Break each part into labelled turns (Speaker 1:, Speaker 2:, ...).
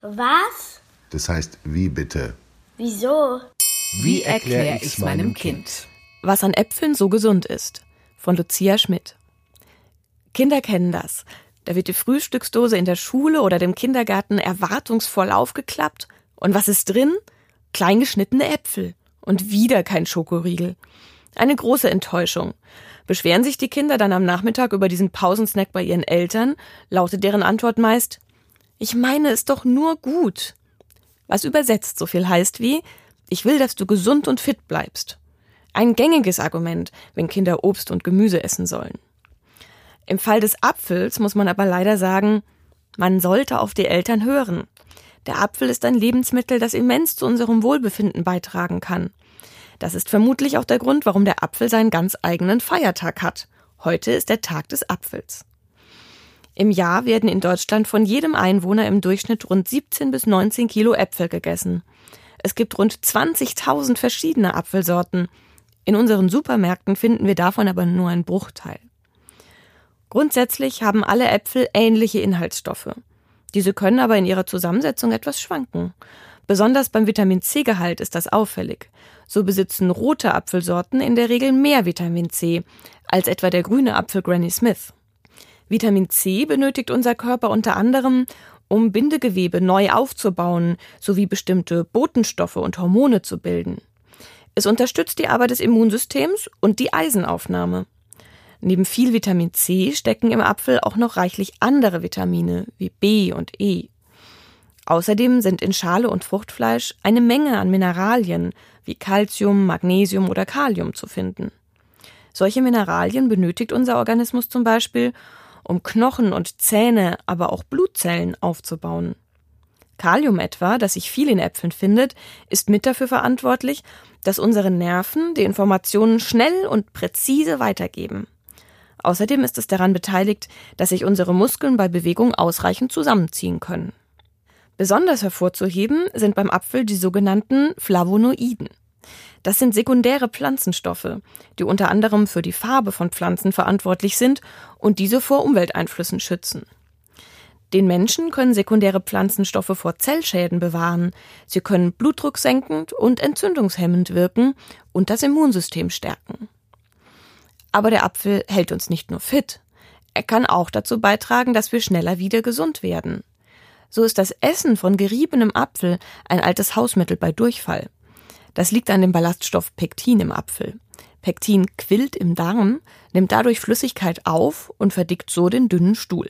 Speaker 1: Was?
Speaker 2: Das heißt, wie bitte?
Speaker 1: Wieso?
Speaker 3: Wie erkläre ich's meinem Kind?
Speaker 4: Was an Äpfeln so gesund ist. Von Lucia Schmidt. Kinder kennen das. Da wird die Frühstücksdose in der Schule oder dem Kindergarten erwartungsvoll aufgeklappt. Und was ist drin? Kleingeschnittene Äpfel. Und wieder kein Schokoriegel. Eine große Enttäuschung. Beschweren sich die Kinder dann am Nachmittag über diesen Pausensnack bei ihren Eltern, lautet deren Antwort meist: Ich meine es doch nur gut. Was übersetzt so viel heißt wie: Ich will, dass du gesund und fit bleibst. Ein gängiges Argument, wenn Kinder Obst und Gemüse essen sollen. Im Fall des Apfels muss man aber leider sagen, man sollte auf die Eltern hören. Der Apfel ist ein Lebensmittel, das immens zu unserem Wohlbefinden beitragen kann. Das ist vermutlich auch der Grund, warum der Apfel seinen ganz eigenen Feiertag hat. Heute ist der Tag des Apfels. Im Jahr werden in Deutschland von jedem Einwohner im Durchschnitt rund 17 bis 19 Kilo Äpfel gegessen. Es gibt rund 20.000 verschiedene Apfelsorten. In unseren Supermärkten finden wir davon aber nur einen Bruchteil. Grundsätzlich haben alle Äpfel ähnliche Inhaltsstoffe. Diese können aber in ihrer Zusammensetzung etwas schwanken. Besonders beim Vitamin-C-Gehalt ist das auffällig. So besitzen rote Apfelsorten in der Regel mehr Vitamin C als etwa der grüne Apfel Granny Smith. Vitamin C benötigt unser Körper unter anderem, um Bindegewebe neu aufzubauen, sowie bestimmte Botenstoffe und Hormone zu bilden. Es unterstützt die Arbeit des Immunsystems und die Eisenaufnahme. Neben viel Vitamin C stecken im Apfel auch noch reichlich andere Vitamine wie B und E. Außerdem sind in Schale und Fruchtfleisch eine Menge an Mineralien wie Calcium, Magnesium oder Kalium zu finden. Solche Mineralien benötigt unser Organismus zum Beispiel, um Knochen und Zähne, aber auch Blutzellen aufzubauen. Kalium etwa, das sich viel in Äpfeln findet, ist mit dafür verantwortlich, dass unsere Nerven die Informationen schnell und präzise weitergeben. Außerdem ist es daran beteiligt, dass sich unsere Muskeln bei Bewegung ausreichend zusammenziehen können. Besonders hervorzuheben sind beim Apfel die sogenannten Flavonoiden. Das sind sekundäre Pflanzenstoffe, die unter anderem für die Farbe von Pflanzen verantwortlich sind und diese vor Umwelteinflüssen schützen. Den Menschen können sekundäre Pflanzenstoffe vor Zellschäden bewahren. Sie können blutdrucksenkend und entzündungshemmend wirken und das Immunsystem stärken. Aber der Apfel hält uns nicht nur fit. Er kann auch dazu beitragen, dass wir schneller wieder gesund werden. So ist das Essen von geriebenem Apfel ein altes Hausmittel bei Durchfall. Das liegt an dem Ballaststoff Pektin im Apfel. Pektin quillt im Darm, nimmt dadurch Flüssigkeit auf und verdickt so den dünnen Stuhl.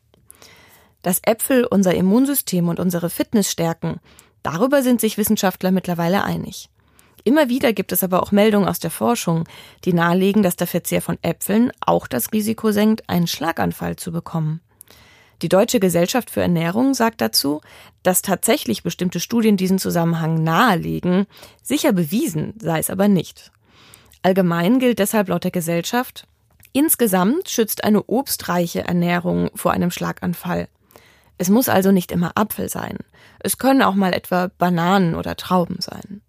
Speaker 4: Dass Äpfel unser Immunsystem und unsere Fitness stärken, darüber sind sich Wissenschaftler mittlerweile einig. Immer wieder gibt es aber auch Meldungen aus der Forschung, die nahelegen, dass der Verzehr von Äpfeln auch das Risiko senkt, einen Schlaganfall zu bekommen. Die Deutsche Gesellschaft für Ernährung sagt dazu, dass tatsächlich bestimmte Studien diesen Zusammenhang nahelegen, sicher bewiesen sei es aber nicht. Allgemein gilt deshalb laut der Gesellschaft: Insgesamt schützt eine obstreiche Ernährung vor einem Schlaganfall. Es muss also nicht immer Apfel sein. Es können auch mal etwa Bananen oder Trauben sein.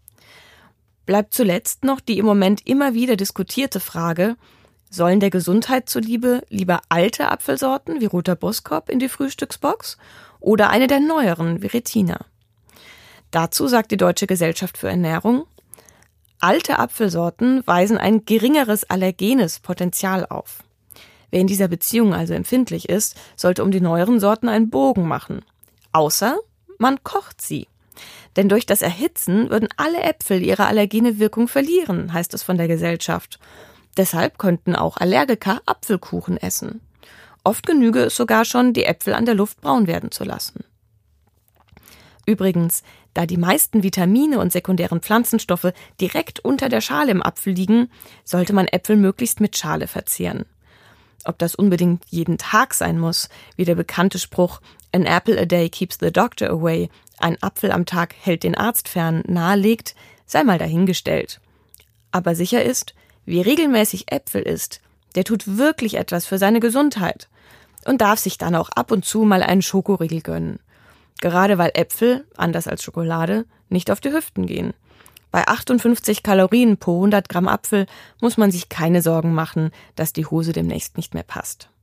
Speaker 4: Bleibt zuletzt noch die im Moment immer wieder diskutierte Frage: Sollen der Gesundheit zuliebe lieber alte Apfelsorten wie Roter Boskop in die Frühstücksbox oder eine der neueren wie Retina? Dazu sagt die Deutsche Gesellschaft für Ernährung: Alte Apfelsorten weisen ein geringeres allergenes Potenzial auf. Wer in dieser Beziehung also empfindlich ist, sollte um die neueren Sorten einen Bogen machen. Außer man kocht sie. Denn durch das Erhitzen würden alle Äpfel ihre allergene Wirkung verlieren, heißt es von der Gesellschaft. Deshalb könnten auch Allergiker Apfelkuchen essen. Oft genüge es sogar schon, die Äpfel an der Luft braun werden zu lassen. Übrigens, da die meisten Vitamine und sekundären Pflanzenstoffe direkt unter der Schale im Apfel liegen, sollte man Äpfel möglichst mit Schale verzehren. Ob das unbedingt jeden Tag sein muss, wie der bekannte Spruch "An apple a day keeps the doctor away", ein Apfel am Tag hält den Arzt fern, nahelegt, sei mal dahingestellt. Aber sicher ist, wer regelmäßig Äpfel isst, der tut wirklich etwas für seine Gesundheit und darf sich dann auch ab und zu mal einen Schokoriegel gönnen. Gerade weil Äpfel, anders als Schokolade, nicht auf die Hüften gehen. Bei 58 Kalorien pro 100 Gramm Apfel muss man sich keine Sorgen machen, dass die Hose demnächst nicht mehr passt.